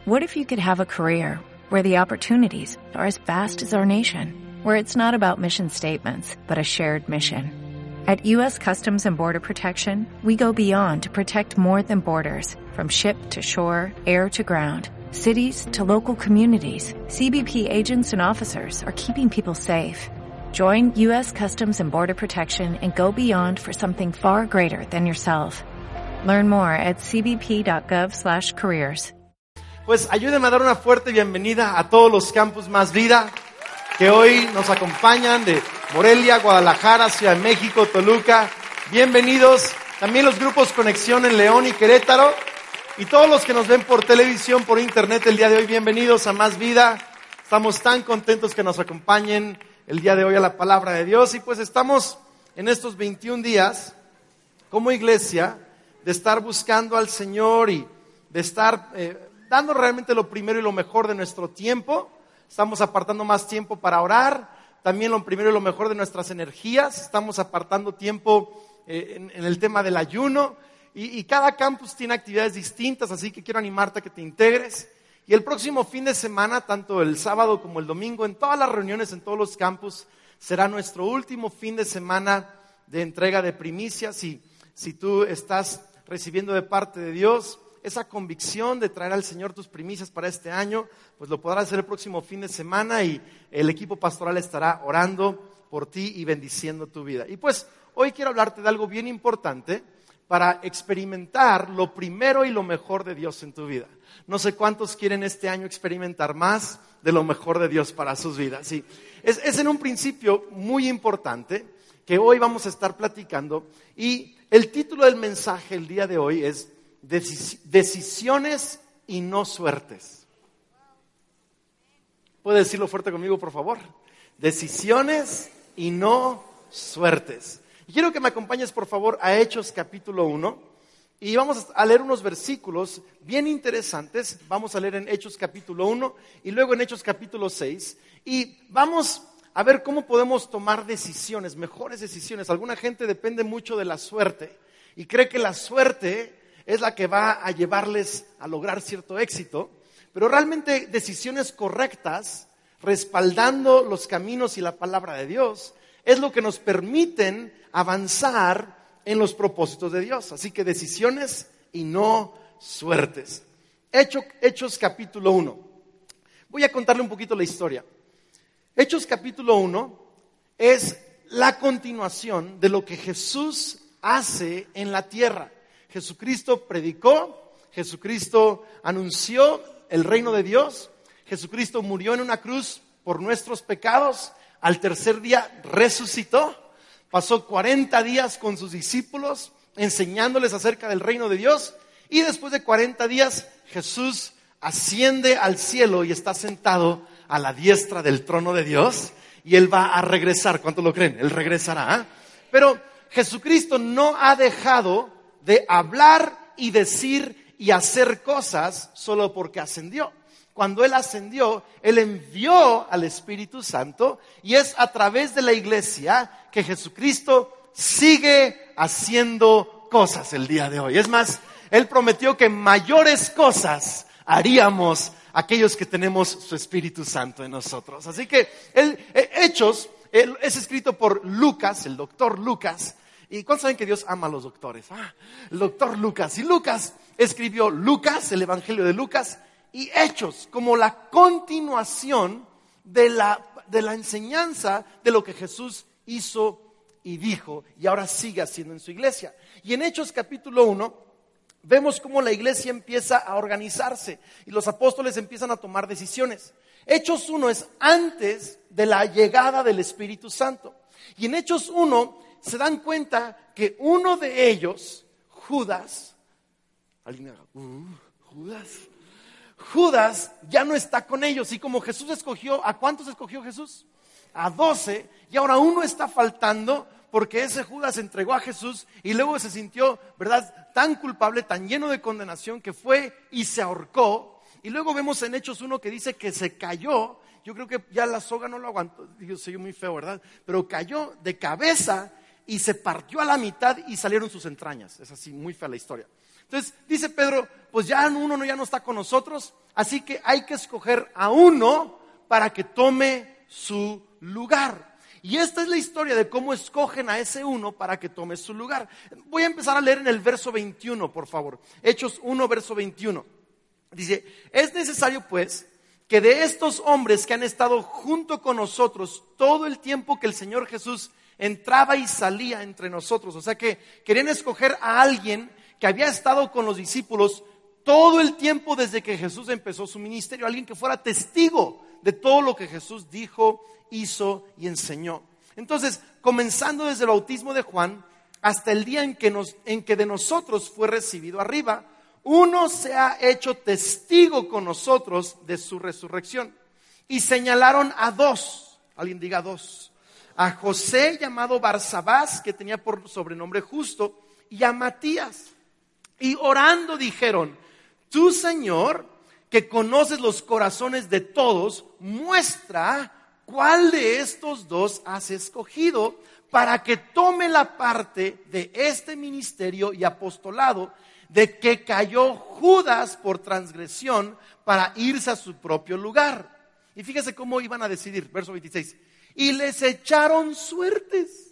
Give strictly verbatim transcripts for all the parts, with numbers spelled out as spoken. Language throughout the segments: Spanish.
What if you could have a career where the opportunities are as vast as our nation, where it's not about mission statements, but a shared mission? At U S Customs and Border Protection, we go beyond to protect more than borders. From ship to shore, air to ground, cities to local communities, C B P agents and officers are keeping people safe. Join U S Customs and Border Protection and go beyond for something far greater than yourself. Learn more at c b p dot gov slash careers. Pues ayúdenme a dar una fuerte bienvenida a todos los campus Más Vida que hoy nos acompañan de Morelia, Guadalajara, Ciudad de México, Toluca. Bienvenidos. También los grupos Conexión en León y Querétaro. Y todos los que nos ven por televisión, por internet el día de hoy, bienvenidos a Más Vida. Estamos tan contentos que nos acompañen el día de hoy a la palabra de Dios. Y pues estamos en estos veintiún días como iglesia de estar buscando al Señor y de estar eh, dando realmente lo primero y lo mejor de nuestro tiempo. Estamos apartando más tiempo para orar, también lo primero y lo mejor de nuestras energías. Estamos apartando tiempo eh, en, en el tema del ayuno y, y cada campus tiene actividades distintas, así que quiero animarte a que te integres. Y el próximo fin de semana, tanto el sábado como el domingo, en todas las reuniones, en todos los campus, será nuestro último fin de semana de entrega de primicias. Y si tú estás recibiendo de parte de Dios esa convicción de traer al Señor tus primicias para este año, pues lo podrás hacer el próximo fin de semana y el equipo pastoral estará orando por ti y bendiciendo tu vida. Y pues hoy quiero hablarte de algo bien importante para experimentar lo primero y lo mejor de Dios en tu vida. No sé cuántos quieren este año experimentar más de lo mejor de Dios para sus vidas. Sí, es, es en un principio muy importante que hoy vamos a estar platicando y el título del mensaje el día de hoy es Decisiones y no suertes. ¿Puede decirlo fuerte conmigo, por favor? Decisiones y no suertes. Y quiero que me acompañes, por favor, a Hechos capítulo uno. Y vamos a leer unos versículos bien interesantes. Vamos a leer en Hechos capítulo uno y luego en Hechos capítulo seis. Y vamos a ver cómo podemos tomar decisiones, mejores decisiones. Alguna gente depende mucho de la suerte y cree que la suerte es la que va a llevarles a lograr cierto éxito, pero realmente decisiones correctas, respaldando los caminos y la palabra de Dios, es lo que nos permiten avanzar en los propósitos de Dios. Así que decisiones y no suertes. Hechos, Hechos capítulo uno. Voy a contarle un poquito la historia. Hechos capítulo uno es la continuación de lo que Jesús hace en la tierra. Jesucristo predicó, Jesucristo anunció el reino de Dios, Jesucristo murió en una cruz por nuestros pecados, al tercer día resucitó, pasó cuarenta días con sus discípulos enseñándoles acerca del reino de Dios y después de cuarenta días Jesús asciende al cielo y está sentado a la diestra del trono de Dios y Él va a regresar. ¿Cuántos lo creen? Él regresará. ¿eh? Pero Jesucristo no ha dejado de hablar y decir y hacer cosas solo porque ascendió. Cuando Él ascendió, Él envió al Espíritu Santo y es a través de la iglesia que Jesucristo sigue haciendo cosas el día de hoy. Es más, Él prometió que mayores cosas haríamos aquellos que tenemos su Espíritu Santo en nosotros. Así que el, Hechos el, es escrito por Lucas, el doctor Lucas. ¿Y cuántos saben que Dios ama a los doctores? Ah, el doctor Lucas. Y Lucas escribió Lucas, el Evangelio de Lucas, y Hechos, como la continuación de la, de la enseñanza de lo que Jesús hizo y dijo, y ahora sigue haciendo en su iglesia. Y en Hechos capítulo uno, vemos cómo la iglesia empieza a organizarse, y los apóstoles empiezan a tomar decisiones. Hechos uno es antes de la llegada del Espíritu Santo. Y en Hechos uno se dan cuenta que uno de ellos, Judas, alguien me diga, uh, Judas, Judas ya no está con ellos. Y como Jesús escogió, ¿a cuántos escogió Jesús? A doce, y ahora uno está faltando porque ese Judas entregó a Jesús y luego se sintió, ¿verdad?, tan culpable, tan lleno de condenación que fue y se ahorcó. Y luego vemos en Hechos uno que dice que se cayó. Yo creo que ya la soga no lo aguantó. Digo, soy muy feo, ¿verdad? Pero cayó de cabeza y se partió a la mitad y salieron sus entrañas. Es así, muy fea la historia. Entonces dice Pedro, pues ya uno no, ya no está con nosotros, así que hay que escoger a uno para que tome su lugar. Y esta es la historia de cómo escogen a ese uno para que tome su lugar. Voy a empezar a leer en el verso veintiuno, por favor. Hechos uno, verso veintiuno. Dice, es necesario pues que de estos hombres que han estado junto con nosotros todo el tiempo que el Señor Jesús entraba y salía entre nosotros, o sea que querían escoger a alguien que había estado con los discípulos todo el tiempo desde que Jesús empezó su ministerio, alguien que fuera testigo de todo lo que Jesús dijo, hizo y enseñó. Entonces, comenzando desde el bautismo de Juan hasta el día en que, nos, en que de nosotros fue recibido arriba, uno se ha hecho testigo con nosotros de su resurrección. Y señalaron a dos, alguien diga dos, a José llamado Barsabás, que tenía por sobrenombre Justo, y a Matías. Y orando dijeron, tú Señor, que conoces los corazones de todos, muestra cuál de estos dos has escogido para que tome la parte de este ministerio y apostolado de que cayó Judas por transgresión para irse a su propio lugar. Y fíjese cómo iban a decidir, verso veintiséis. Y les echaron suertes.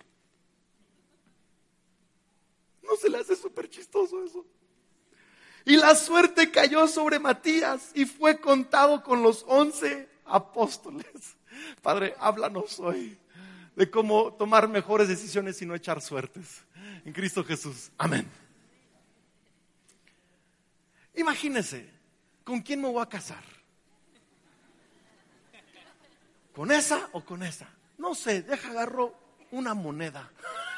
¿No se le hace súper chistoso eso? Y la suerte cayó sobre Matías y fue contado con los once apóstoles. Padre, háblanos hoy de cómo tomar mejores decisiones y no echar suertes. En Cristo Jesús. Amén. Imagínese, ¿con quién me voy a casar? ¿Con esa o con esa? No sé, deja agarro una moneda.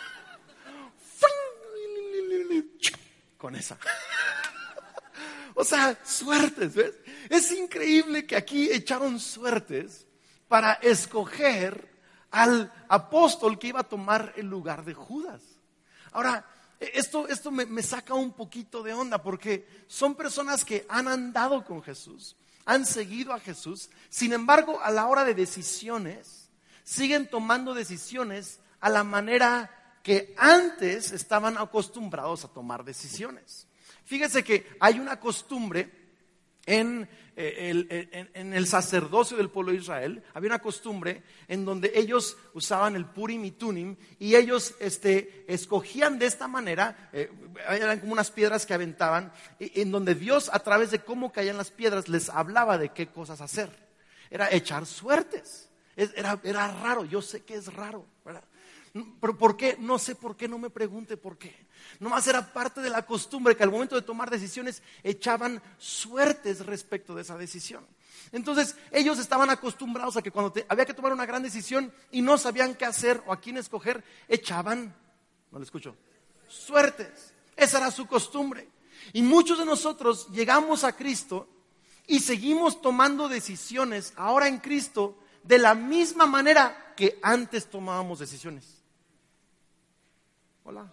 Con esa. O sea, suertes, ¿ves? Es increíble que aquí echaron suertes para escoger al apóstol que iba a tomar el lugar de Judas. Ahora, esto, esto me, me saca un poquito de onda porque son personas que han andado con Jesús, han seguido a Jesús, sin embargo, a la hora de decisiones, siguen tomando decisiones a la manera que antes estaban acostumbrados a tomar decisiones. Fíjese que hay una costumbre en, eh, el, en, en el sacerdocio del pueblo de Israel, había una costumbre en donde ellos usaban el Purim y Tumim y ellos este, escogían de esta manera, eh, eran como unas piedras que aventaban, en donde Dios a través de cómo caían las piedras les hablaba de qué cosas hacer. Era echar suertes, era, era raro, yo sé que es raro, ¿verdad? ¿Pero por qué? No sé por qué, no me pregunte por qué. Nomás era parte de la costumbre que al momento de tomar decisiones echaban suertes respecto de esa decisión. Entonces ellos estaban acostumbrados a que cuando te, había que tomar una gran decisión y no sabían qué hacer o a quién escoger, echaban, no le escucho, suertes. Esa era su costumbre. Y muchos de nosotros llegamos a Cristo y seguimos tomando decisiones ahora en Cristo de la misma manera que antes tomábamos decisiones. Hola.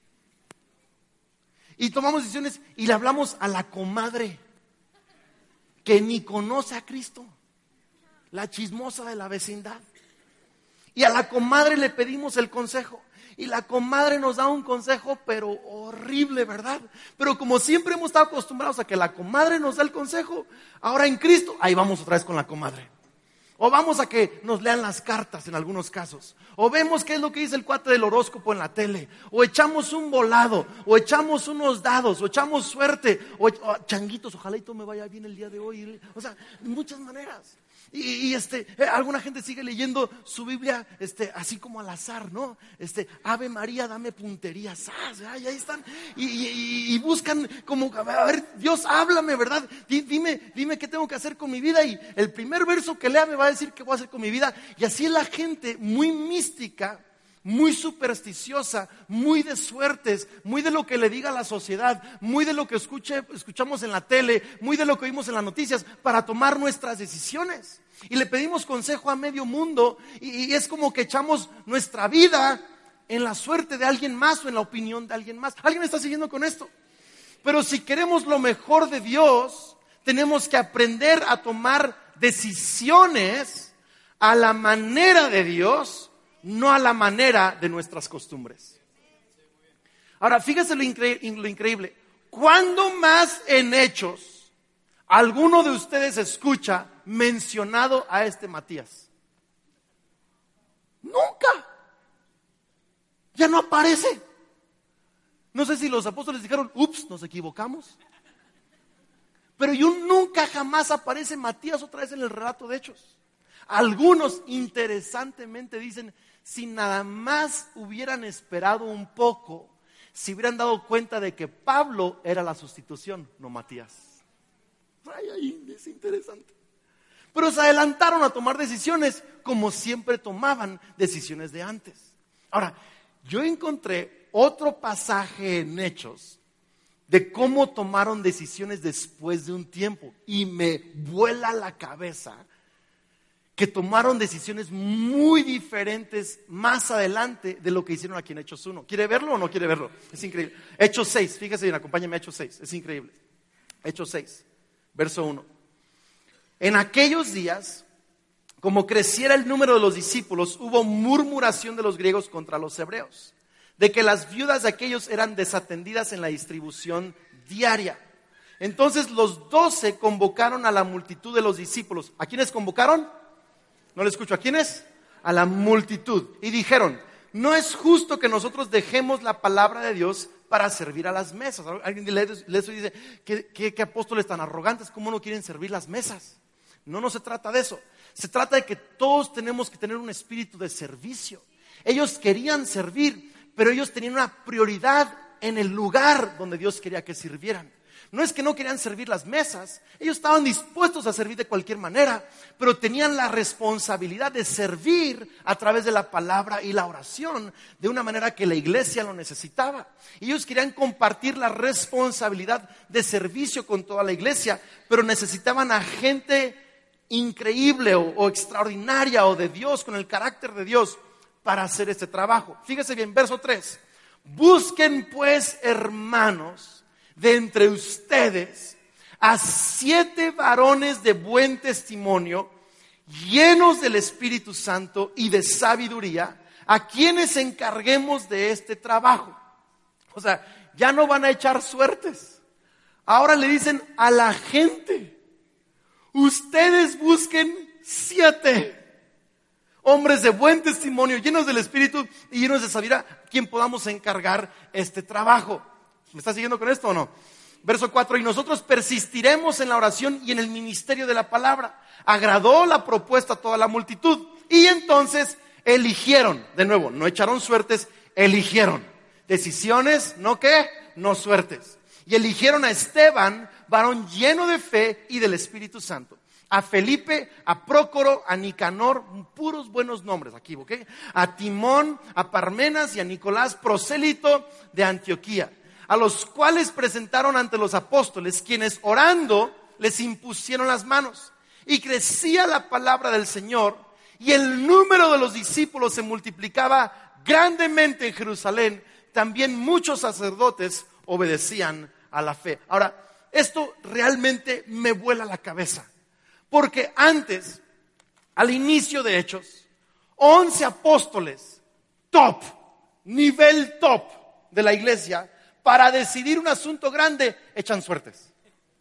Y tomamos decisiones y le hablamos a la comadre que ni conoce a Cristo, la chismosa de la vecindad. Y a la comadre le pedimos el consejo. Y la comadre nos da un consejo, pero horrible, ¿verdad? Pero como siempre hemos estado acostumbrados a que la comadre nos da el consejo, ahora en Cristo, ahí vamos otra vez con la comadre. O vamos a que nos lean las cartas en algunos casos. O vemos qué es lo que dice el cuate del horóscopo en la tele. O echamos un volado. O echamos unos dados. O echamos suerte. O, o changuitos, ojalá y todo me vaya bien el día de hoy. O sea, de muchas maneras. Y, y este, eh, alguna gente sigue leyendo su Biblia este, así como al azar, ¿no? Este, Ave María, dame puntería. ¡Sas! Ay, ahí están. Y, y, y buscan como, a ver, Dios, háblame, ¿verdad? Dime, dime qué tengo que hacer con mi vida. Y el primer verso que lea me va a decir qué voy a hacer con mi vida. Y así es la gente muy mística, muy supersticiosa, muy de suertes, muy de lo que le diga la sociedad, muy de lo que escuche, escuchamos en la tele, muy de lo que oímos en las noticias para tomar nuestras decisiones. Y le pedimos consejo a medio mundo y, y es como que echamos nuestra vida en la suerte de alguien más o en la opinión de alguien más. ¿Alguien está siguiendo con esto? Pero si queremos lo mejor de Dios, tenemos que aprender a tomar decisiones a la manera de Dios, no a la manera de nuestras costumbres. Ahora, fíjese lo, incre- lo increíble. ¿cuándo más en Hechos alguno de ustedes escucha mencionado a este Matías? Nunca. Ya no aparece. No sé si los apóstoles dijeron, ups, nos equivocamos. Pero yo nunca jamás aparece Matías otra vez en el relato de Hechos. Algunos interesantemente dicen, si nada más hubieran esperado un poco, se hubieran dado cuenta de que Pablo era la sustitución, no Matías. Ay, ay, es interesante. Pero se adelantaron a tomar decisiones como siempre tomaban decisiones de antes. Ahora, yo encontré otro pasaje en Hechos de cómo tomaron decisiones después de un tiempo y me vuela la cabeza que tomaron decisiones muy diferentes más adelante de lo que hicieron aquí en Hechos uno. ¿Quiere verlo o no quiere verlo? Es increíble. Hechos seis, fíjese bien, acompáñeme a Hechos seis, es increíble. Hechos seis, verso uno. En aquellos días, como creciera el número de los discípulos, hubo murmuración de los griegos contra los hebreos, de que las viudas de aquellos eran desatendidas en la distribución diaria. Entonces los doce convocaron a la multitud de los discípulos. ¿A quiénes convocaron? No le escucho. ¿A quiénes? A la multitud. Y dijeron, no es justo que nosotros dejemos la palabra de Dios para servir a las mesas. Alguien lee eso y dice, ¿qué, qué, qué apóstoles tan arrogantes? ¿Cómo no quieren servir las mesas? No, no se trata de eso. Se trata de que todos tenemos que tener un espíritu de servicio. Ellos querían servir, pero ellos tenían una prioridad en el lugar donde Dios quería que sirvieran. No es que no querían servir las mesas, ellos estaban dispuestos a servir de cualquier manera, pero tenían la responsabilidad de servir a través de la palabra y la oración, de una manera que la iglesia lo necesitaba. Ellos querían compartir la responsabilidad de servicio con toda la iglesia, pero necesitaban a gente increíble o, o extraordinaria o de Dios, con el carácter de Dios, para hacer este trabajo. Fíjese bien, verso tres. Busquen pues, hermanos, de entre ustedes a siete varones de buen testimonio, llenos del Espíritu Santo y de sabiduría, a quienes encarguemos de este trabajo. O sea, ya no van a echar suertes. Ahora le dicen a la gente, ustedes busquen siete hombres de buen testimonio, llenos del Espíritu y llenos de sabiduría, a quien podamos encargar este trabajo. ¿Me está siguiendo con esto o no? Verso cuatro, y nosotros persistiremos en la oración y en el ministerio de la palabra. Agradó la propuesta a toda la multitud. Y entonces eligieron, de nuevo, no echaron suertes, eligieron. Decisiones, ¿no qué? No suertes. Y eligieron a Esteban, varón lleno de fe y del Espíritu Santo. A Felipe, a Prócoro, a Nicanor, puros buenos nombres aquí, ¿ok? A Timón, a Parmenas y a Nicolás, prosélito de Antioquía, a los cuales presentaron ante los apóstoles, quienes orando les impusieron las manos. Y crecía la palabra del Señor, y el número de los discípulos se multiplicaba grandemente en Jerusalén. También muchos sacerdotes obedecían a la fe. Ahora, esto realmente me vuela la cabeza, porque antes, al inicio de Hechos, once apóstoles, top, nivel top de la iglesia, para decidir un asunto grande, echan suertes.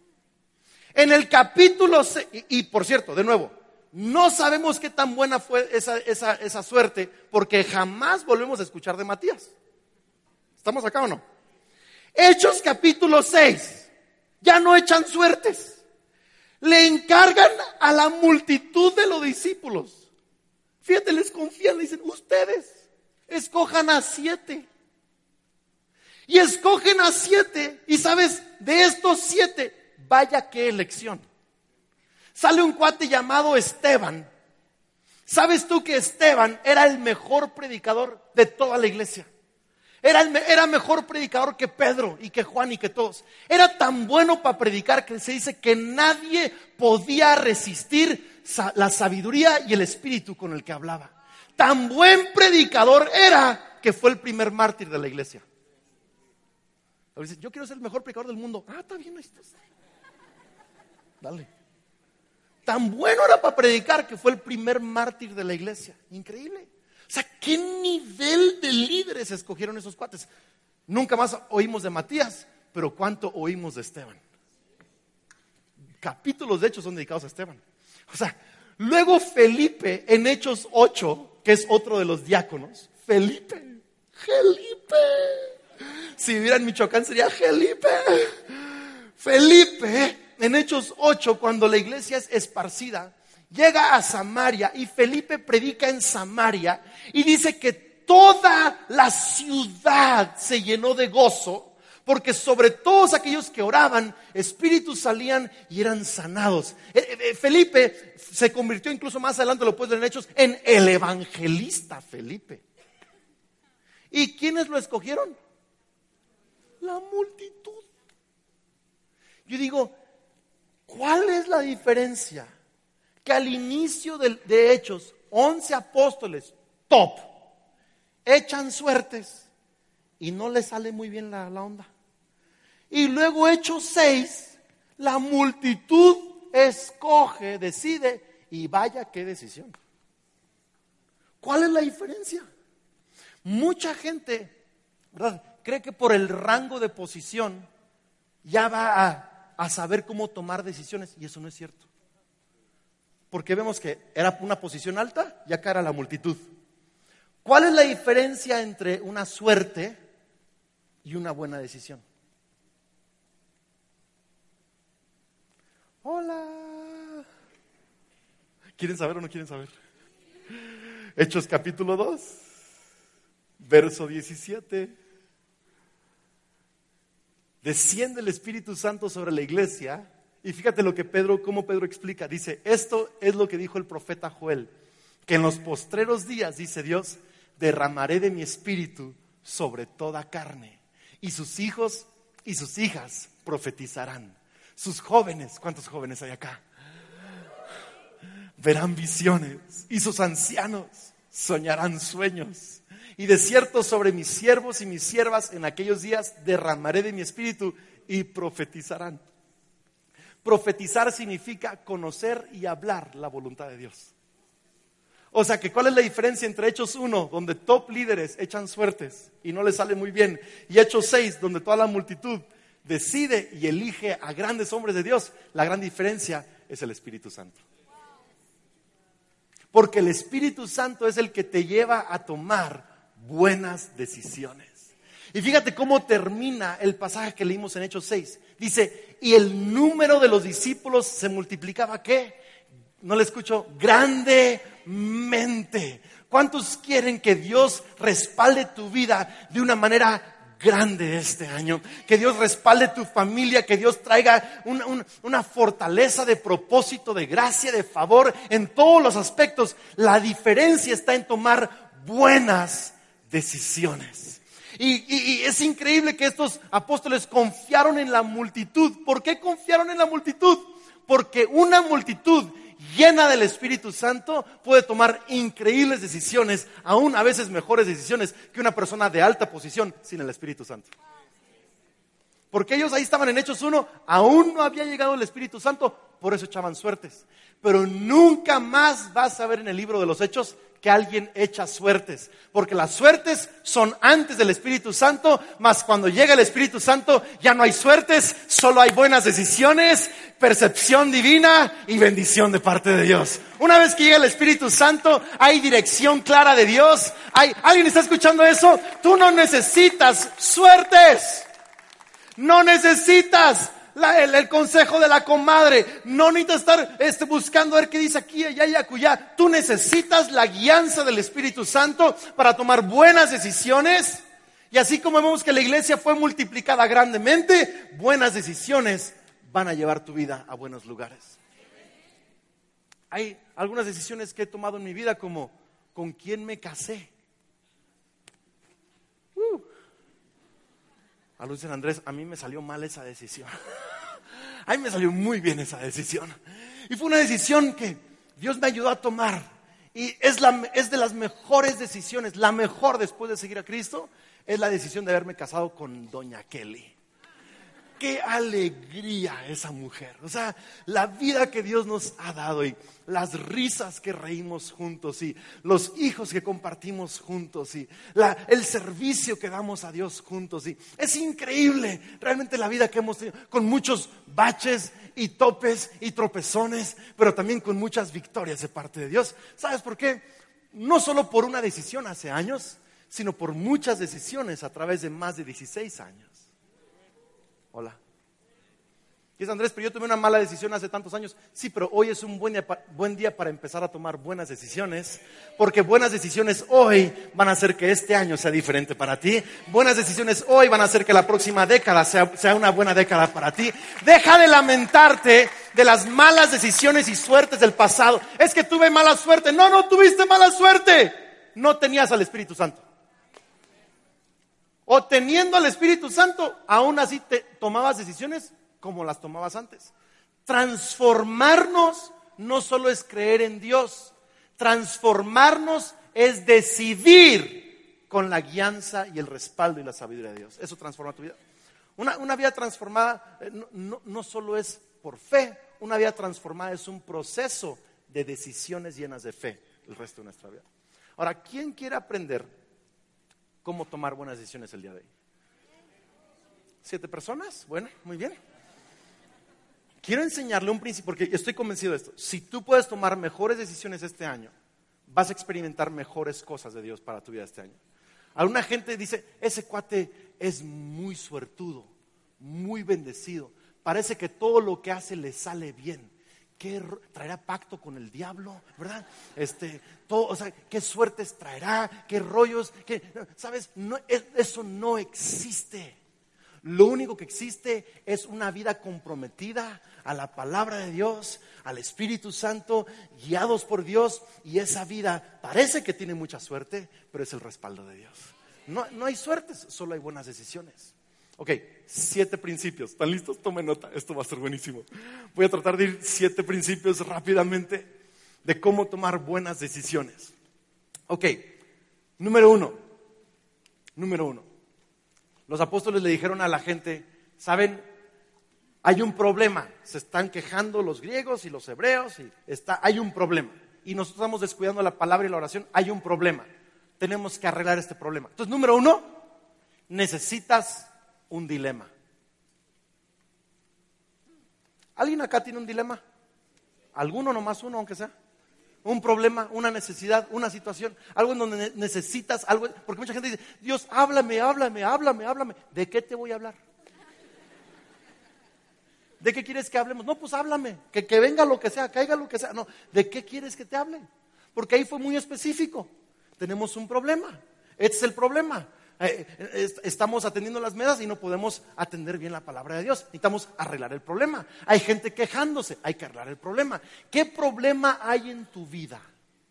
En el capítulo seis, y, y por cierto, de nuevo, no sabemos qué tan buena fue esa, esa, esa suerte, porque jamás volvemos a escuchar de Matías. ¿Estamos acá o no? Hechos capítulo seis, ya no echan suertes. Le encargan a la multitud de los discípulos. Fíjate, les confían, le dicen, ustedes escojan a siete. Y escogen a siete, y sabes, de estos siete, vaya qué elección. Sale un cuate llamado Esteban. ¿Sabes tú que Esteban era el mejor predicador de toda la iglesia? Era, el, era mejor predicador que Pedro y que Juan y que todos. Era tan bueno para predicar que se dice que nadie podía resistir la sabiduría y el espíritu con el que hablaba. Tan buen predicador era que fue el primer mártir de la iglesia. Yo quiero ser el mejor predicador del mundo. Ah, está bien, ahí estás. Dale. Tan bueno era para predicar que fue el primer mártir de la iglesia. Increíble. O sea, ¿qué nivel de líderes escogieron esos cuates? Nunca más oímos de Matías, pero pero ¿cuánto oímos de Esteban? Capítulos de Hechos son dedicados a Esteban. O sea, luego Felipe en Hechos ocho, que es otro de los diáconos, Felipe, Felipe, si viviera en Michoacán sería Felipe. Felipe en Hechos ocho, cuando la iglesia es esparcida, llega a Samaria y Felipe predica en Samaria y dice que toda la ciudad se llenó de gozo, porque sobre todos aquellos que oraban, espíritus salían y eran sanados. Felipe se convirtió, incluso más adelante lo puedes ver en Hechos, en el evangelista Felipe. ¿Y quiénes lo escogieron? La multitud. Yo digo, ¿cuál es la diferencia? Que al inicio de, de Hechos, once apóstoles, top, echan suertes y no les sale muy bien la, la onda. Y luego Hechos seis, la multitud escoge, decide, y vaya qué decisión. ¿Cuál es la diferencia? Mucha gente, ¿verdad?, cree que por el rango de posición ya va a, a saber cómo tomar decisiones, y eso no es cierto. Porque vemos que era una posición alta y acá era la multitud. ¿Cuál es la diferencia entre una suerte y una buena decisión? Hola. ¿Quieren saber o no quieren saber? Hechos capítulo dos, verso diecisiete. Desciende el Espíritu Santo sobre la iglesia. Y fíjate lo que Pedro, cómo Pedro explica. Dice, esto es lo que dijo el profeta Joel, que en los postreros días, dice Dios, derramaré de mi espíritu sobre toda carne, y sus hijos y sus hijas profetizarán. Sus jóvenes, ¿cuántos jóvenes hay acá? Verán visiones, y sus ancianos soñarán sueños. Y de cierto sobre mis siervos y mis siervas en aquellos días derramaré de mi espíritu y profetizarán. Profetizar significa conocer y hablar la voluntad de Dios. O sea que ¿cuál es la diferencia entre Hechos uno, donde top líderes echan suertes y no les sale muy bien, y Hechos seis, donde toda la multitud decide y elige a grandes hombres de Dios? La gran diferencia es el Espíritu Santo. Porque el Espíritu Santo es el que te lleva a tomar buenas decisiones. Y fíjate cómo termina el pasaje que leímos en Hechos seis. Dice, y el número de los discípulos se multiplicaba, ¿qué? No le escucho, grandemente. ¿Cuántos quieren que Dios respalde tu vida de una manera grande este año? Que Dios respalde tu familia, que Dios traiga una, una, una fortaleza de propósito, de gracia, de favor en todos los aspectos. La diferencia está en tomar buenas decisiones. Y, y, y es increíble que estos apóstoles confiaron en la multitud. ¿Por qué confiaron en la multitud? Porque una multitud llena del Espíritu Santo puede tomar increíbles decisiones, aún a veces mejores decisiones que una persona de alta posición sin el Espíritu Santo. Porque ellos ahí estaban en Hechos uno, aún no había llegado el Espíritu Santo, por eso echaban suertes. Pero nunca más vas a ver en el libro de los Hechos que alguien echa suertes, porque las suertes son antes del Espíritu Santo, mas cuando llega el Espíritu Santo ya no hay suertes, solo hay buenas decisiones, percepción divina y bendición de parte de Dios. Una vez que llega el Espíritu Santo, hay dirección clara de Dios. Hay, ¿alguien está escuchando eso? Tú no necesitas suertes, no necesitas La, el, el consejo de la comadre, no necesitas estar este, buscando a ver qué dice aquí, allá y acullá. Tú necesitas la guianza del Espíritu Santo para tomar buenas decisiones. Y así como vemos que la iglesia fue multiplicada grandemente, buenas decisiones van a llevar tu vida a buenos lugares. Hay algunas decisiones que he tomado en mi vida, como ¿con quién me casé? Uh. A Luis y Andrés, a mí me salió mal esa decisión. A mí me salió muy bien esa decisión. Y fue una decisión que Dios me ayudó a tomar. Y es, la, es de las mejores decisiones, la mejor después de seguir a Cristo, es la decisión de haberme casado con doña Kelly. qué alegría esa mujer. O sea, la vida que Dios nos ha dado y las risas que reímos juntos y los hijos que compartimos juntos y la, el servicio que damos a Dios juntos. Y es increíble realmente la vida que hemos tenido, con muchos baches y topes y tropezones, pero también con muchas victorias de parte de Dios. ¿Sabes por qué? No solo por una decisión hace años, sino por muchas decisiones a través de más de dieciséis años. Hola. Y es Andrés, pero yo tomé una mala decisión hace tantos años. Sí, pero hoy es un buen día, buen día para empezar a tomar buenas decisiones, porque buenas decisiones hoy van a hacer que este año sea diferente para ti. Buenas decisiones hoy van a hacer que la próxima década sea, sea una buena década para ti. Deja de lamentarte de las malas decisiones y suertes del pasado. Es que tuve mala suerte. No, no tuviste mala suerte. No tenías al Espíritu Santo. O teniendo al Espíritu Santo, aún así te tomabas decisiones como las tomabas antes. Transformarnos no solo es creer en Dios, transformarnos es decidir con la guianza y el respaldo y la sabiduría de Dios. Eso transforma tu vida. Una, una vida transformada eh, no, no, no solo es por fe, una vida transformada es un proceso de decisiones llenas de fe el resto de nuestra vida. Ahora, ¿quién quiere aprender cómo tomar buenas decisiones el día de hoy? ¿Siete personas? Bueno, muy bien. Quiero enseñarle un principio, porque estoy convencido de esto. Si tú puedes tomar mejores decisiones este año, vas a experimentar mejores cosas de Dios para tu vida este año. Alguna gente dice, ese cuate es muy suertudo, muy bendecido. Parece que todo lo que hace le sale bien. ¿Qué traerá pacto con el diablo? ¿Verdad? Este, todo, o sea, ¿qué suertes traerá? ¿Qué rollos? ¿Qué, ¿Sabes? No, eso no existe. Lo único que existe es una vida comprometida a la palabra de Dios, al Espíritu Santo, guiados por Dios. Y esa vida parece que tiene mucha suerte, pero es el respaldo de Dios. No, no hay suertes, solo hay buenas decisiones. Ok, siete principios. ¿Están listos? Tomen nota, esto va a ser buenísimo. Voy a tratar de ir siete principios rápidamente de cómo tomar buenas decisiones. Ok, número uno. Número uno. Los apóstoles le dijeron a la gente, ¿saben? Hay un problema. Se están quejando los griegos y los hebreos y está, hay un problema. Y nosotros estamos descuidando la palabra y la oración. Hay un problema. Tenemos que arreglar este problema. Entonces, número uno, necesitas un dilema. ¿Alguien acá tiene un dilema? ¿Alguno, nomás uno, aunque sea? Un problema, una necesidad, una situación, algo en donde necesitas algo. Porque mucha gente dice, Dios, háblame, háblame, háblame, háblame. ¿De qué te voy a hablar? ¿De qué quieres que hablemos? No, pues háblame, que, que venga lo que sea, caiga lo que sea. No, ¿de qué quieres que te hable? Porque ahí fue muy específico. Tenemos un problema. Este es el problema. Estamos atendiendo las mesas y no podemos atender bien la palabra de Dios. Necesitamos arreglar el problema. Hay gente quejándose, hay que arreglar el problema. ¿Qué problema hay en tu vida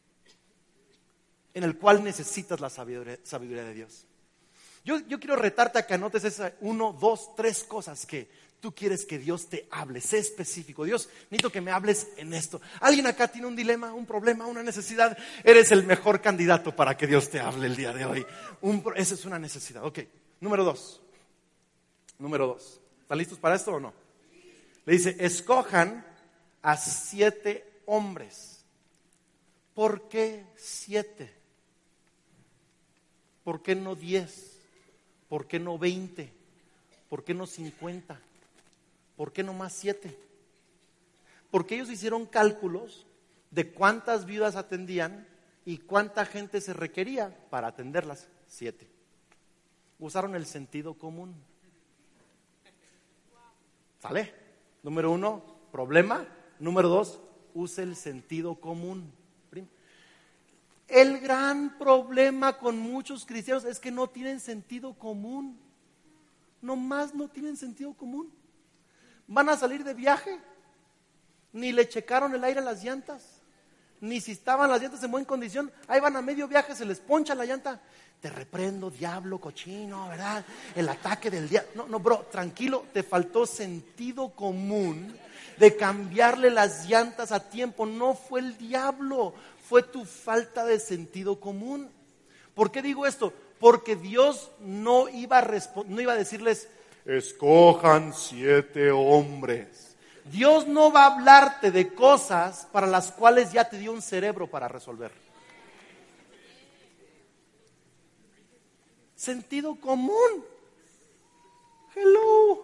en el cual necesitas la sabiduría, sabiduría de Dios? Yo, yo quiero retarte a que anotes esas uno, dos, tres cosas que tú quieres que Dios te hable. Sé específico. Dios, necesito que me hables en esto. ¿Alguien acá tiene un dilema, un problema, una necesidad? Eres el mejor candidato para que Dios te hable el día de hoy. Un, esa es una necesidad. Ok, número dos. Número dos. ¿Están listos para esto o no? Le dice, escojan a siete hombres. ¿Por qué siete? ¿Por qué no diez? ¿Por qué no veinte? ¿Por qué no cincuenta? ¿Por qué no más siete? Porque ellos hicieron cálculos de cuántas viudas atendían y cuánta gente se requería para atenderlas. Siete. Usaron el sentido común. ¿Sale? Número uno, problema. Número dos, use el sentido común. El gran problema con muchos cristianos es que no tienen sentido común. Nomás no tienen sentido común. Van a salir de viaje, ni le checaron el aire a las llantas, ni si estaban las llantas en buena condición. Ahí van a medio viaje, se les poncha la llanta. Te reprendo, diablo, cochino, ¿verdad? El ataque del diablo. No, no, bro, tranquilo, te faltó sentido común de cambiarle las llantas a tiempo. No fue el diablo, fue tu falta de sentido común. ¿Por qué digo esto? Porque Dios no iba a, respo- no iba a decirles, escojan siete hombres. Dios no va a hablarte de cosas para las cuales ya te dio un cerebro para resolver. Sentido común. Hello.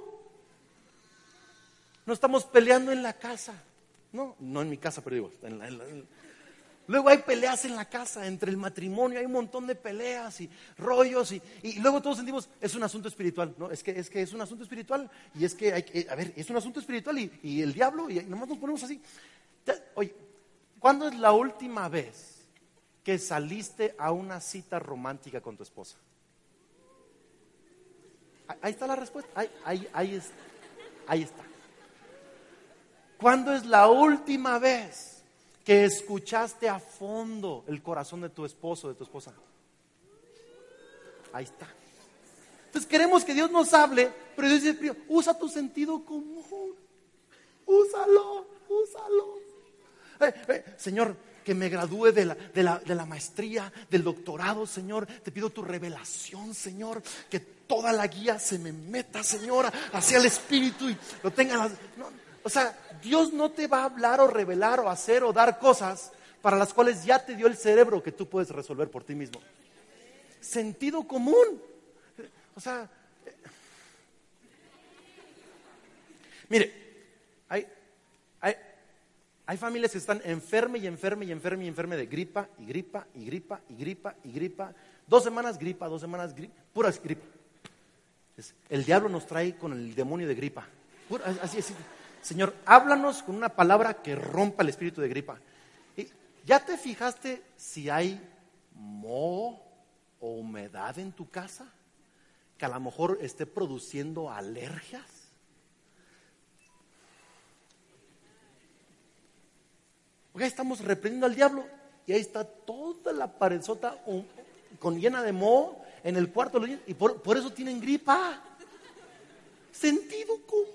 No estamos peleando en la casa. No, no en mi casa, pero digo, en la, en la, en la. Luego hay peleas en la casa, entre el matrimonio, hay un montón de peleas y rollos y, y luego todos sentimos, es un asunto espiritual, ¿no? Es que es, que es un asunto espiritual y es que, hay que, a ver, es un asunto espiritual y, y el diablo y nomás nos ponemos así. Oye, ¿cuándo es la última vez que saliste a una cita romántica con tu esposa? Ahí está la respuesta, ahí, ahí, ahí, está, ahí está. ¿Cuándo es la última vez que escuchaste a fondo el corazón de tu esposo, de tu esposa? Ahí está. Entonces queremos que Dios nos hable, pero Dios dice, usa tu sentido común. Úsalo, úsalo. Eh, eh, Señor, que me gradúe de la, de, la, de la maestría, del doctorado, Señor. Te pido tu revelación, Señor. Que toda la guía se me meta, Señor, hacia el Espíritu y lo tenga. Las, no, o sea, Dios no te va a hablar o revelar o hacer o dar cosas para las cuales ya te dio el cerebro que tú puedes resolver por ti mismo. Sentido común. O sea, eh, mire, hay, hay, hay familias que están enfermas y enfermas y enfermas y enfermas de gripa y gripa y gripa y gripa y gripa. Dos semanas gripa, dos semanas gripa, puras gripa. El diablo nos trae con el demonio de gripa. Pura, así, así. Señor, háblanos con una palabra que rompa el espíritu de gripa. ¿Y ya te fijaste si hay moho o humedad en tu casa? Que a lo mejor esté produciendo alergias. Porque ahí estamos reprendiendo al diablo y ahí está toda la paredzota con llena de moho en el cuarto de los niños y por, por eso tienen gripa. Sentido común.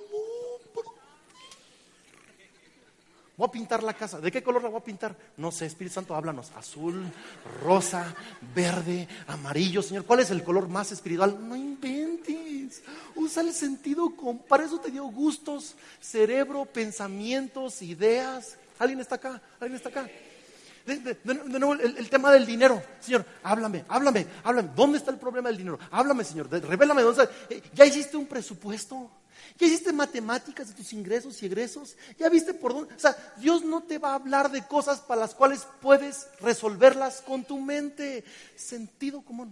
Voy a pintar la casa. ¿De qué color la voy a pintar? No sé, Espíritu Santo, háblanos. Azul, rosa, verde, amarillo. Señor, ¿cuál es el color más espiritual? No inventes. Usa el sentido común. Para eso te dio gustos, cerebro, pensamientos, ideas. ¿Alguien está acá? ¿Alguien está acá? De, de, de, de nuevo, el, el tema del dinero. Señor, háblame, háblame, háblame. ¿Dónde está el problema del dinero? Háblame, Señor. De, revélame dónde está. ¿Ya hiciste un presupuesto? ¿Ya hiciste matemáticas de tus ingresos y egresos? ¿Ya viste por dónde? O sea, Dios no te va a hablar de cosas para las cuales puedes resolverlas con tu mente. Sentido común.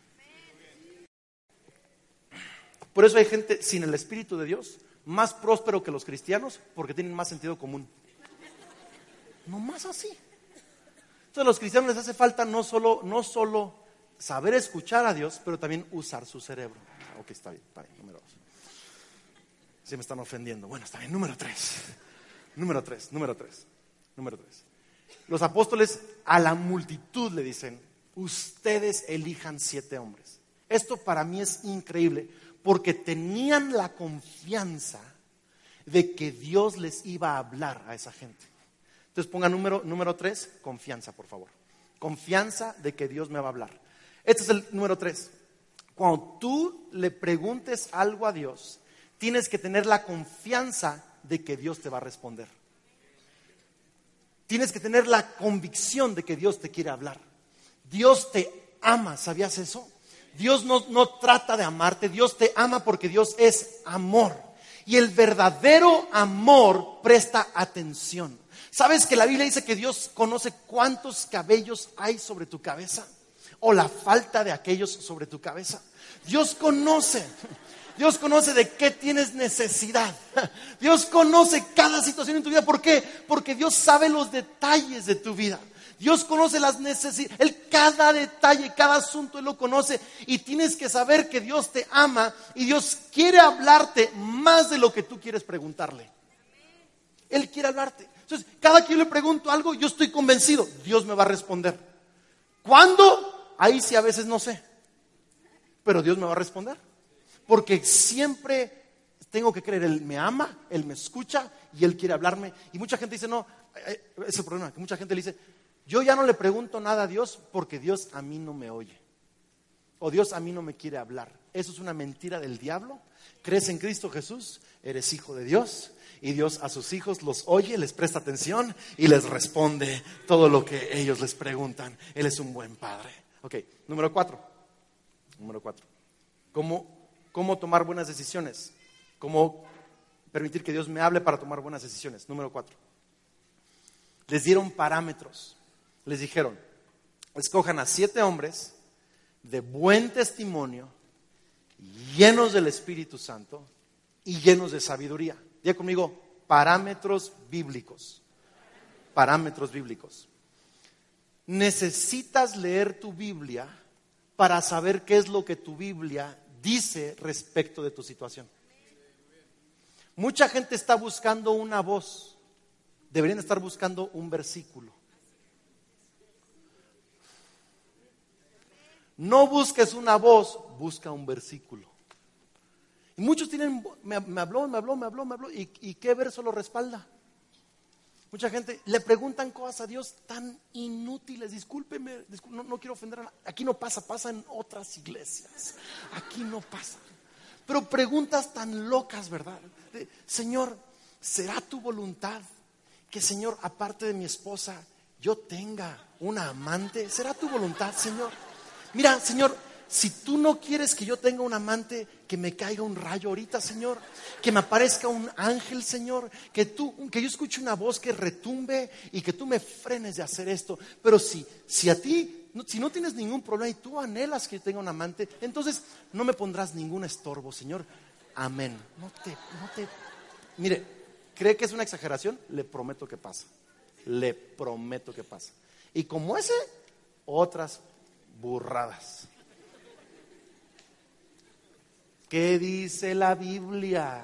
Por eso hay gente sin el Espíritu de Dios más próspero que los cristianos porque tienen más sentido común. No más así. Entonces a los cristianos les hace falta no solo, no solo saber escuchar a Dios, pero también usar su cerebro. Ok, está bien, está bien, número dos. Si me están ofendiendo. Bueno, está bien, número tres. Número tres, número tres, número tres. Los apóstoles a la multitud le dicen, ustedes elijan siete hombres. Esto para mí es increíble, porque tenían la confianza de que Dios les iba a hablar a esa gente. Entonces ponga número, número tres, confianza, por favor. Confianza de que Dios me va a hablar. Este es el número tres. Cuando tú le preguntes algo a Dios, tienes que tener la confianza de que Dios te va a responder. Tienes que tener la convicción de que Dios te quiere hablar. Dios te ama, ¿sabías eso? Dios no, no trata de amarte, Dios te ama porque Dios es amor. Y el verdadero amor presta atención. ¿Sabes que la Biblia dice que Dios conoce cuántos cabellos hay sobre tu cabeza? O la falta de aquellos sobre tu cabeza. Dios conoce. Dios conoce de qué tienes necesidad. Dios conoce cada situación en tu vida. ¿Por qué? Porque Dios sabe los detalles de tu vida. Dios conoce las necesidades. Él cada detalle, cada asunto Él lo conoce. Y tienes que saber que Dios te ama y Dios quiere hablarte más de lo que tú quieres preguntarle. Él quiere hablarte. Entonces, cada que yo le pregunto algo, yo estoy convencido, Dios me va a responder. ¿Cuándo? Ahí sí a veces no sé. Pero Dios me va a responder. Porque siempre tengo que creer, Él me ama, Él me escucha y Él quiere hablarme. Y mucha gente dice, no, es el problema, que mucha gente le dice, yo ya no le pregunto nada a Dios porque Dios a mí no me oye. O Dios a mí no me quiere hablar. Eso es una mentira del diablo. Crees en Cristo Jesús, eres hijo de Dios. Y Dios a sus hijos los oye, les presta atención y les responde todo lo que ellos les preguntan. Él es un buen padre. Ok, número cuatro. Número cuatro. ¿Cómo, cómo tomar buenas decisiones? ¿Cómo permitir que Dios me hable para tomar buenas decisiones? Número cuatro. Les dieron parámetros. Les dijeron, escojan a siete hombres de buen testimonio, llenos del Espíritu Santo y llenos de sabiduría. Diga conmigo, parámetros bíblicos. Parámetros bíblicos. Necesitas leer tu Biblia para saber qué es lo que tu Biblia dice respecto de tu situación. Mucha gente está buscando una voz. Deberían estar buscando un versículo. No busques una voz, busca un versículo. Y muchos tienen, me, me habló, me habló, me habló, me habló. ¿Y, y qué verso lo respalda? Mucha gente le preguntan cosas a Dios tan inútiles. Discúlpeme, discúlpeme no, no quiero ofender a nadie. Aquí no pasa, pasa en otras iglesias. Aquí no pasa. Pero preguntas tan locas, ¿verdad? De, Señor, ¿será tu voluntad que, Señor, aparte de mi esposa, yo tenga una amante? ¿Será tu voluntad, Señor? Mira, Señor, si tú no quieres que yo tenga un amante, que me caiga un rayo ahorita, Señor, que me aparezca un ángel, Señor, que tú, que yo escuche una voz que retumbe y que tú me frenes de hacer esto. Pero si, si a ti, no, si no tienes ningún problema y tú anhelas que yo tenga un amante, entonces no me pondrás ningún estorbo, Señor. Amén. No te, no te, mire, ¿cree que es una exageración? Le prometo que pasa. Le prometo que pasa. Y como ese, otras burradas. ¿Qué dice la Biblia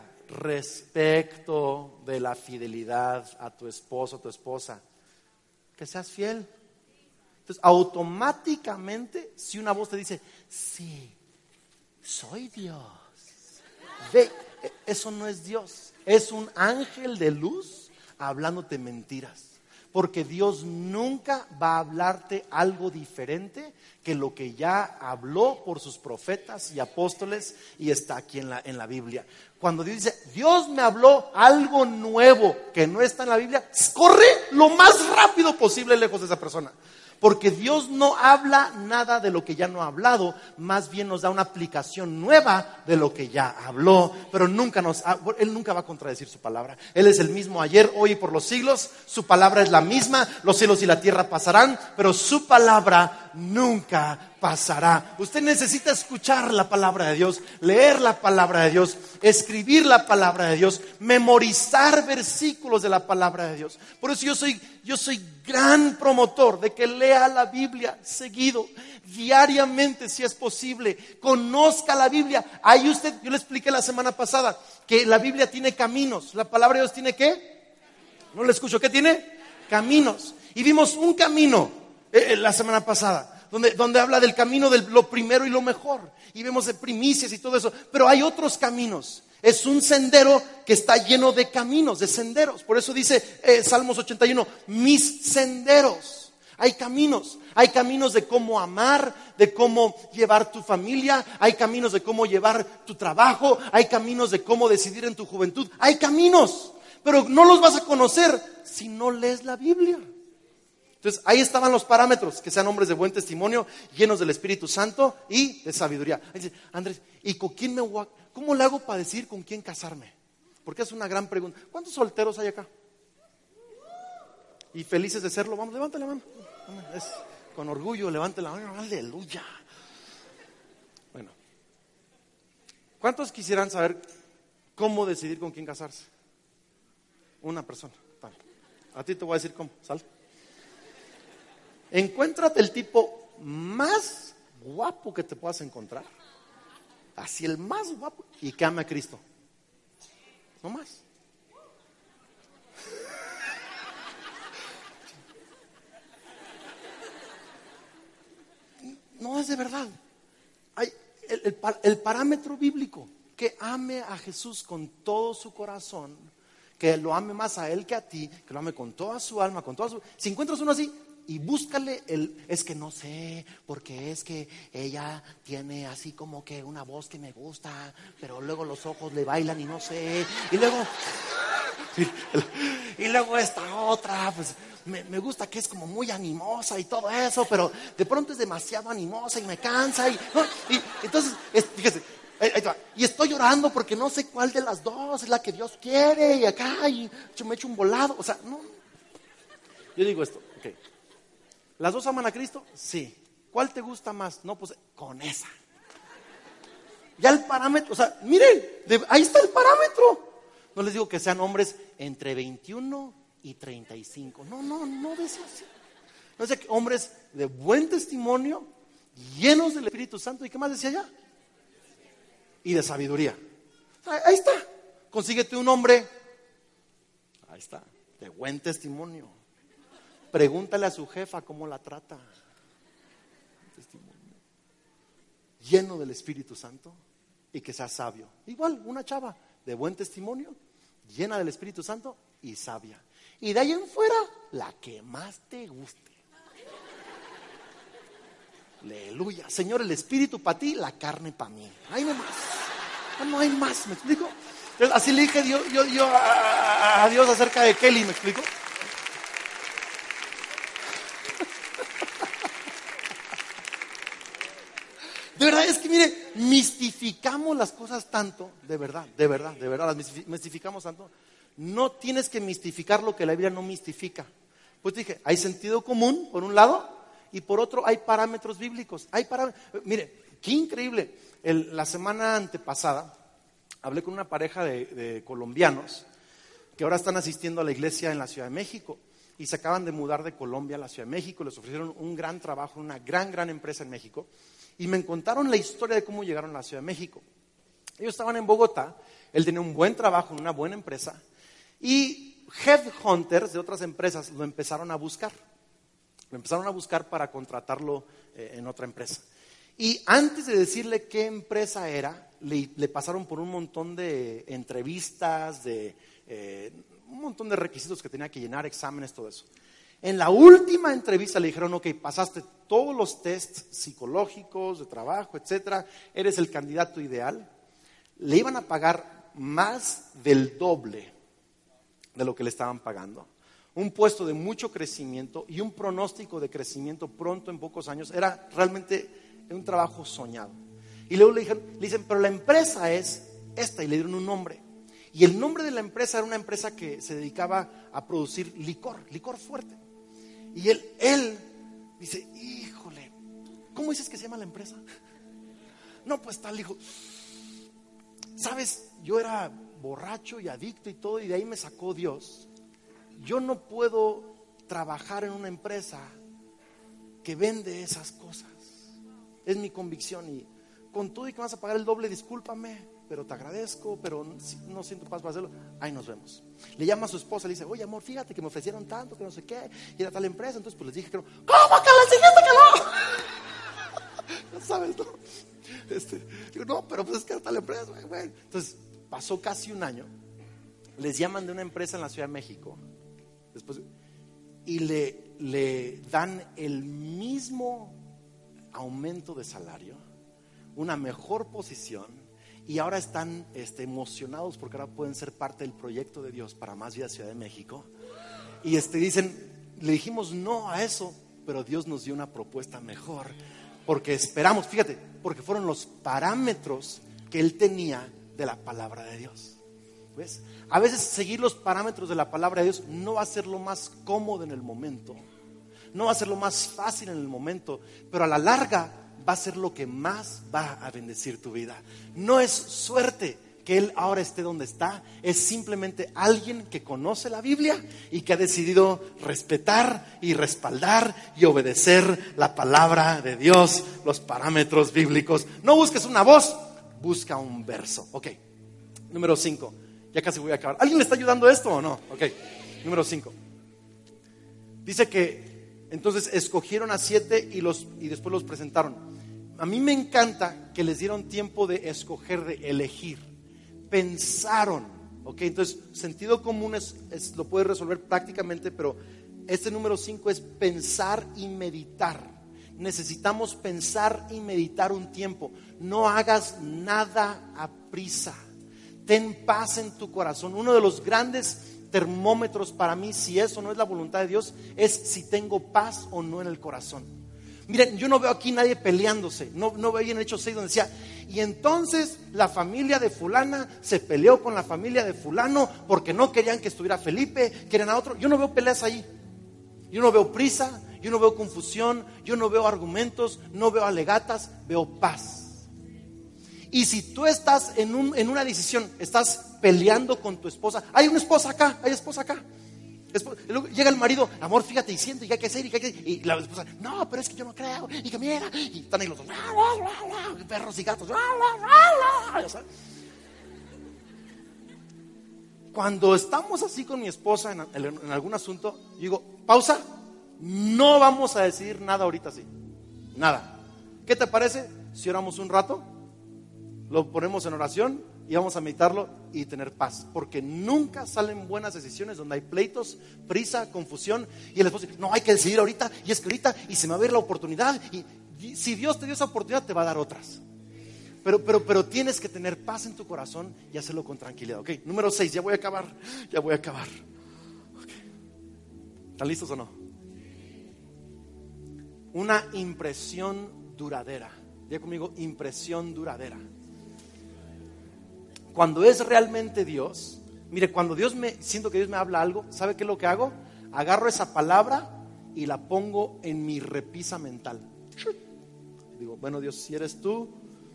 respecto de la fidelidad a tu esposo o tu esposa? Que seas fiel. Entonces, automáticamente, si una voz te dice, sí, soy Dios, ve, eso no es Dios, es un ángel de luz hablándote mentiras. Porque Dios nunca va a hablarte algo diferente que lo que ya habló por sus profetas y apóstoles y está aquí en la, en la Biblia. Cuando Dios dice, Dios me habló algo nuevo que no está en la Biblia, corre lo más rápido posible lejos de esa persona. Porque Dios no habla nada de lo que ya no ha hablado, más bien nos da una aplicación nueva de lo que ya habló, pero nunca nos, Él nunca va a contradecir su palabra. Él es el mismo ayer, hoy y por los siglos, su palabra es la misma, los cielos y la tierra pasarán, pero su palabra nunca pasará. Usted necesita escuchar la palabra de Dios, leer la palabra de Dios, escribir la palabra de Dios, memorizar versículos de la palabra de Dios. Por eso yo soy, yo soy gran promotor de que lea la Biblia seguido, diariamente si es posible, conozca la Biblia. Ahí usted, yo le expliqué la semana pasada que la Biblia tiene caminos. ¿La palabra de Dios tiene qué? No le escucho, ¿qué tiene? Caminos. Y vimos un camino eh, la semana pasada. Donde, donde habla del camino de lo primero y lo mejor. Y vemos de primicias y todo eso. Pero hay otros caminos. Es un sendero que está lleno de caminos, de senderos. Por eso dice eh, Salmos ochenta y uno, mis senderos. Hay caminos. Hay caminos de cómo amar, de cómo llevar tu familia. Hay caminos de cómo llevar tu trabajo. Hay caminos de cómo decidir en tu juventud. Hay caminos. Pero no los vas a conocer si no lees la Biblia. Entonces, ahí estaban los parámetros, que sean hombres de buen testimonio, llenos del Espíritu Santo y de sabiduría. Ahí dice, Andrés, ¿y con quién me voy a, cómo le hago para decidir con quién casarme? Porque es una gran pregunta. ¿Cuántos solteros hay acá? Y felices de serlo. Vamos, levante la mano. Es, con orgullo, levante la mano. Aleluya. Bueno, ¿cuántos quisieran saber cómo decidir con quién casarse? Una persona. Vale. A ti te voy a decir cómo. Sal. Encuéntrate el tipo más guapo que te puedas encontrar. Así el más guapo. Y que ame a Cristo. No más. No es de verdad. Hay el, el, el parámetro bíblico. Que ame a Jesús con todo su corazón. Que lo ame más a Él que a ti. Que lo ame con toda su alma, con toda su... Si encuentras uno así, y búscale el, es que no sé, porque es que ella tiene así como que una voz que me gusta, pero luego los ojos le bailan y no sé, y luego, y luego esta otra, pues me, me gusta que es como muy animosa y todo eso, pero de pronto es demasiado animosa y me cansa, y, ¿no? y entonces, es, fíjese, ahí, ahí va. Y estoy llorando porque no sé cuál de las dos es la que Dios quiere, y acá, y yo me echo un volado, o sea, no. Yo digo esto, ok. ¿Las dos aman a Cristo? Sí. ¿Cuál te gusta más? No, pues con esa. Ya el parámetro, o sea, miren, de, ahí está el parámetro. No les digo que sean hombres entre veintiuno y treinta y cinco. No, no, no de eso así. No sé, hombres de buen testimonio, llenos del Espíritu Santo. ¿Y qué más decía allá? Y de sabiduría. Ahí, ahí está. Consíguete un hombre, ahí está, de buen testimonio. Pregúntale a su jefa cómo la trata. Testimonio. Lleno del Espíritu Santo y que sea sabio. Igual, una chava de buen testimonio, llena del Espíritu Santo y sabia. Y de ahí en fuera, la que más te guste. Aleluya. Señor, el Espíritu para ti, la carne para mí. Ahí no hay más. No hay más, ¿me explico? Entonces, así le dije yo, yo, yo a, a Dios acerca de Kelly, ¿me explico? De verdad, es que mire, mistificamos las cosas tanto, de verdad, de verdad, de verdad, las mistificamos tanto. No tienes que mistificar lo que la Biblia no mistifica. Pues dije, hay sentido común, por un lado, y por otro hay parámetros bíblicos. Hay parámetros. Mire, qué increíble. El, la semana antepasada hablé con una pareja de, de colombianos que ahora están asistiendo a la iglesia en la Ciudad de México y se acaban de mudar de Colombia a la Ciudad de México. Les ofrecieron un gran trabajo en una gran, gran empresa en México. Y me contaron la historia de cómo llegaron a la Ciudad de México. Ellos estaban en Bogotá, él tenía un buen trabajo en una buena empresa y headhunters de otras empresas lo empezaron a buscar. Lo empezaron a buscar para contratarlo eh, en otra empresa. Y antes de decirle qué empresa era, le, le pasaron por un montón de entrevistas, de eh, un montón de requisitos que tenía que llenar, exámenes, todo eso. En la última entrevista le dijeron, ok, pasaste todos los tests psicológicos, de trabajo, etcétera, eres el candidato ideal. Le iban a pagar más del doble de lo que le estaban pagando. Un puesto de mucho crecimiento y un pronóstico de crecimiento pronto en pocos años. Era realmente un trabajo soñado. Y luego le, dijeron, le dicen, pero la empresa es esta, y le dieron un nombre. Y el nombre de la empresa era una empresa que se dedicaba a producir licor, licor fuerte. Y él, él dice, híjole, ¿cómo dices que se llama la empresa? No, pues tal, hijo. Sabes, yo era borracho y adicto y todo, y de ahí me sacó Dios. Yo no puedo trabajar en una empresa que vende esas cosas. Es mi convicción, y con todo y que vas a pagar el doble, discúlpame, pero te agradezco, pero no siento paz para hacerlo. Ahí nos vemos. Le llama a su esposa, le dice, oye amor, fíjate que me ofrecieron tanto, que no sé qué, y era tal empresa. Entonces pues les dije que no. ¿Cómo que les dijiste que no? ¿Sabes, no? Este, digo, no, pero pues es que era tal empresa, bueno. Entonces pasó casi un año. Les llaman de una empresa en la Ciudad de México después, y le, le dan el mismo aumento de salario, una mejor posición. Y ahora están este, emocionados porque ahora pueden ser parte del proyecto de Dios para Más Vida Ciudad de México. Y este, dicen, le dijimos no a eso, pero Dios nos dio una propuesta mejor. Porque esperamos, fíjate, porque fueron los parámetros que Él tenía de la palabra de Dios. ¿Ves? A veces seguir los parámetros de la palabra de Dios no va a ser lo más cómodo en el momento. No va a ser lo más fácil en el momento, pero a la larga va a ser lo que más va a bendecir tu vida. No es suerte que él ahora esté donde está, es simplemente alguien que conoce la Biblia y que ha decidido respetar y respaldar y obedecer la palabra de Dios, los parámetros bíblicos. No busques una voz, busca un verso. Ok, número cinco, ya casi voy a acabar. ¿Alguien le está ayudando a esto o no? Ok, número cinco. Dice que entonces escogieron a siete y, los, y después los presentaron. A mí me encanta que les dieron tiempo de escoger, de elegir. Pensaron, ok, entonces sentido común es, es, lo puedes resolver prácticamente, pero Este número cinco es pensar y meditar. Necesitamos pensar y meditar un tiempo. No hagas nada a prisa. Ten paz en tu corazón. Uno de los grandes termómetros para mí, si eso no es la voluntad de Dios, es si tengo paz o no en el corazón. Miren, yo no veo aquí nadie peleándose. No, no veo ahí en Hechos seis donde decía, y entonces la familia de fulana se peleó con la familia de fulano porque no querían que estuviera Felipe, querían a otro. Yo no veo peleas ahí. Yo no veo prisa, yo no veo confusión, yo no veo argumentos, no veo alegatas, veo paz. Y si tú estás en, un, en una decisión, estás peleando con tu esposa, hay una esposa acá, hay esposa acá. Esposa, luego llega el marido, amor, fíjate y siente, y qué hay que hacer, y qué hay que hacer. Y la esposa, no, pero es que yo no creo, y que mira, y están ahí los dos, perros y gatos, ya sabes. Cuando estamos así con mi esposa en, en, en algún asunto, yo digo, pausa, no vamos a decidir nada ahorita así, nada. ¿Qué te parece si oramos un rato? Lo ponemos en oración y vamos a meditarlo y tener paz, porque nunca salen buenas decisiones donde hay pleitos, prisa, confusión, y el esposo dice, no, hay que decidir ahorita, y es que ahorita, y se me va a ver la oportunidad, y, y si Dios te dio esa oportunidad, te va a dar otras. Pero, pero, pero tienes que tener paz en tu corazón y hacerlo con tranquilidad. Ok, número seis, ya voy a acabar, ya voy a acabar. Okay. ¿Están listos o no? Una impresión duradera. Diga conmigo, impresión duradera. Cuando es realmente Dios, mire, cuando Dios me, siento que Dios me habla algo, ¿sabe qué es lo que hago? Agarro esa palabra y la pongo en mi repisa mental. Digo, bueno, Dios, si eres tú.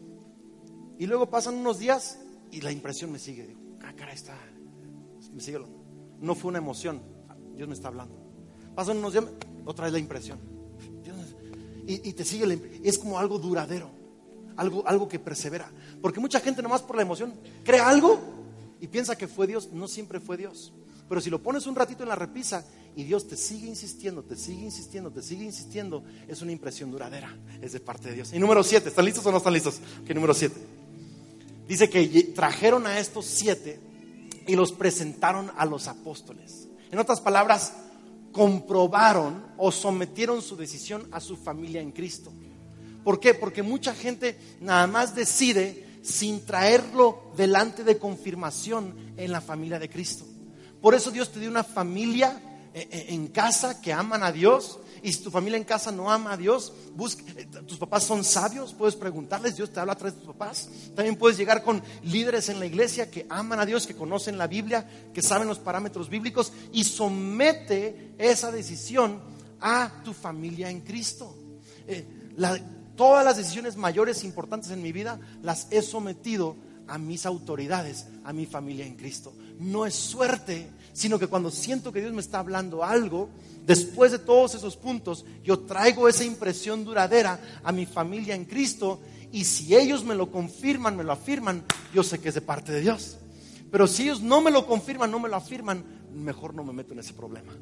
Y luego pasan unos días y la impresión me sigue. Digo, ah, cara, está, me sigue. No fue una emoción, Dios me está hablando. Pasan unos días, otra vez la impresión. Dios, y, y te sigue la impresión. Es como algo duradero, algo, algo que persevera. Porque mucha gente nomás por la emoción cree algo y piensa que fue Dios. No siempre fue Dios. Pero si lo pones un ratito en la repisa y Dios te sigue insistiendo, te sigue insistiendo, te sigue insistiendo, es una impresión duradera, es de parte de Dios. Y número siete, ¿están listos o no están listos? Ok, número siete. Dice que trajeron a estos siete y los presentaron a los apóstoles. En otras palabras, comprobaron o sometieron su decisión a su familia en Cristo. ¿Por qué? Porque mucha gente nada más decide sin traerlo delante de confirmación en la familia de Cristo. Por eso Dios te dio una familia en casa que aman a Dios. Y si tu familia en casa no ama a Dios, busca, tus papás son sabios, puedes preguntarles, Dios te habla a través de tus papás. También puedes llegar con líderes en la iglesia que aman a Dios, que conocen la Biblia, que saben los parámetros bíblicos, y somete esa decisión a tu familia en Cristo. Eh, la, todas las decisiones mayores e importantes en mi vida las he sometido a mis autoridades, a mi familia en Cristo. No es suerte, sino que cuando siento que Dios me está hablando algo, después de todos esos puntos, yo traigo esa impresión duradera a mi familia en Cristo, y si ellos me lo confirman, me lo afirman, yo sé que es de parte de Dios. Pero si ellos no me lo confirman, no me lo afirman, mejor no me meto en ese problema.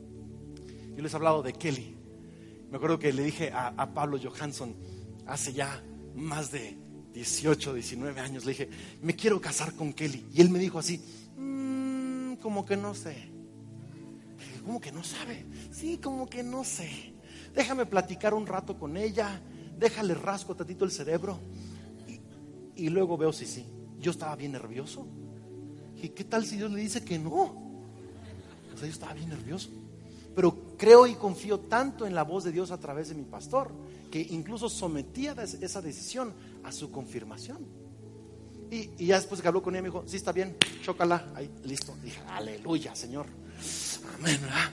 Yo les he hablado de Kelly. Me acuerdo que le dije a, a Pablo Johansson hace ya más de dieciocho, diecinueve años, le dije, me quiero casar con Kelly. Y él me dijo así, mmm, como que no sé. ¿Cómo que no sabe? Sí, como que no sé. Déjame platicar un rato con ella, déjale rasco tantito el cerebro y, y luego veo si sí. Yo estaba bien nervioso. ¿Y qué tal si Dios le dice que no? O sea, yo estaba bien nervioso. Pero creo y confío tanto en la voz de Dios a través de mi pastor, que incluso sometía esa decisión a su confirmación. Y, y ya después que habló con ella me dijo, sí, está bien, chócala, ahí, listo. Dije, aleluya, Señor, amén, ¿verdad?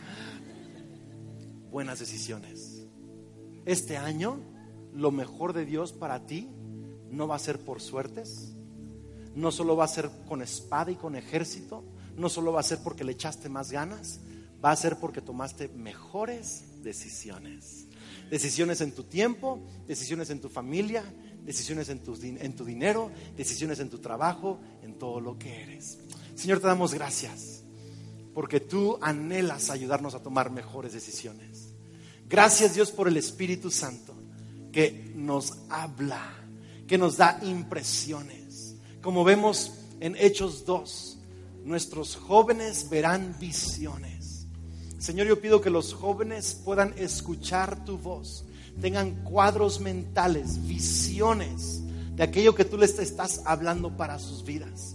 Buenas decisiones. Este año lo mejor de Dios para ti no va a ser por suertes, no solo va a ser con espada y con ejército, no solo va a ser porque le echaste más ganas, va a ser porque tomaste mejores decisiones. Decisiones en tu tiempo, decisiones en tu familia, decisiones en tu, en tu dinero, decisiones en tu trabajo, en todo lo que eres. Señor, te damos gracias porque tú anhelas ayudarnos a tomar mejores decisiones. Gracias, Dios, por el Espíritu Santo que nos habla, que nos da impresiones. Como vemos en Hechos dos, nuestros jóvenes verán visiones. Señor, yo pido que los jóvenes puedan escuchar tu voz, tengan cuadros mentales, visiones de aquello que tú les estás hablando para sus vidas.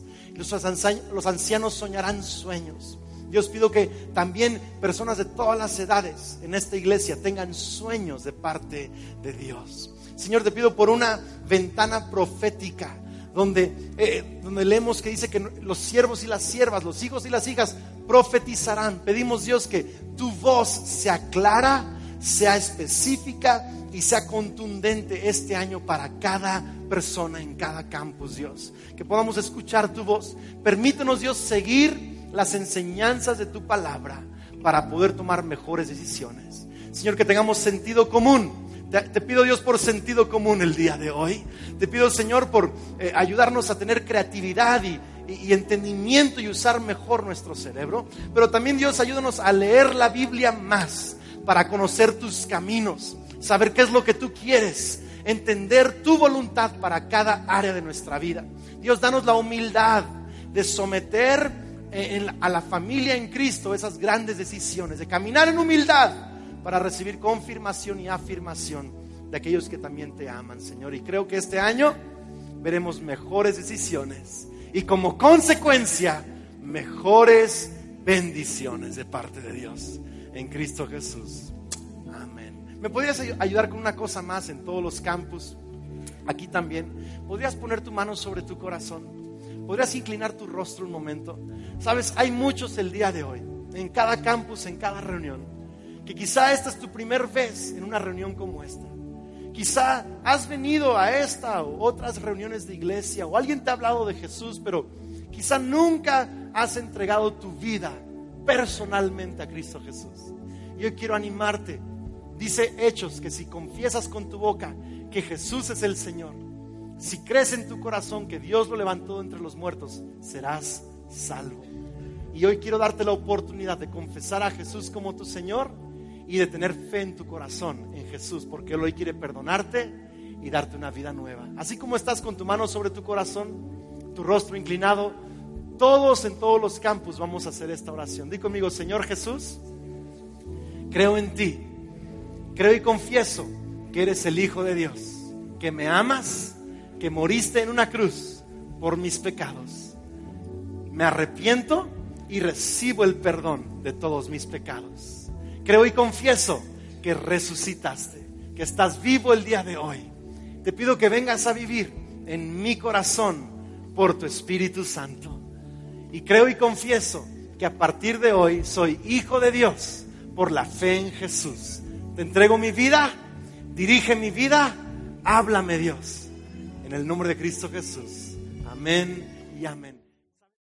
Los ancianos soñarán sueños. Dios, pido que también personas de todas las edades en esta iglesia tengan sueños de parte de Dios. Señor, te pido por una ventana profética donde, eh, donde leemos que dice que los siervos y las siervas, los hijos y las hijas profetizarán. Pedimos, Dios, que tu voz sea clara, sea específica y sea contundente este año para cada persona en cada campus, Dios. Que podamos escuchar tu voz. Permítenos, Dios, seguir las enseñanzas de tu palabra para poder tomar mejores decisiones. Señor, que tengamos sentido común. Te, te pido, Dios, por sentido común el día de hoy. Te pido, Señor, por eh, ayudarnos a tener creatividad y, y, y entendimiento y usar mejor nuestro cerebro. Pero también, Dios, ayúdanos a leer la Biblia más para conocer tus caminos, saber qué es lo que tú quieres, entender tu voluntad para cada área de nuestra vida. Dios, danos la humildad de someter En, a la familia en Cristo esas grandes decisiones, de caminar en humildad para recibir confirmación y afirmación de aquellos que también te aman, Señor. Y creo que este año veremos mejores decisiones y como consecuencia mejores bendiciones de parte de Dios en Cristo Jesús. Amén. ¿Me podrías ayudar con una cosa más en todos los campus? Aquí también podrías poner tu mano sobre tu corazón. ¿Podrías inclinar tu rostro un momento? Sabes, hay muchos el día de hoy, en cada campus, en cada reunión, que quizá esta es tu primer vez en una reunión como esta. Quizá has venido a esta o otras reuniones de iglesia, o alguien te ha hablado de Jesús, pero quizá nunca has entregado tu vida personalmente a Cristo Jesús. Y hoy quiero animarte. Dice Hechos que si confiesas con tu boca que Jesús es el Señor, si crees en tu corazón que Dios lo levantó entre los muertos, serás salvo. Y hoy quiero darte la oportunidad de confesar a Jesús como tu Señor y de tener fe en tu corazón en Jesús, porque Él hoy quiere perdonarte y darte una vida nueva. Así como estás con tu mano sobre tu corazón, tu rostro inclinado, todos en todos los campus vamos a hacer esta oración. Di conmigo: Señor Jesús, creo en ti, creo y confieso que eres el Hijo de Dios, que me amas, que moriste en una cruz por mis pecados. Me arrepiento y recibo el perdón de todos mis pecados. Creo y confieso que resucitaste, que estás vivo el día de hoy. Te pido que vengas a vivir en mi corazón por tu Espíritu Santo. Y creo y confieso que a partir de hoy soy hijo de Dios por la fe en Jesús. Te entrego mi vida, dirige mi vida, háblame, Dios. En el nombre de Cristo Jesús. Amén y amén.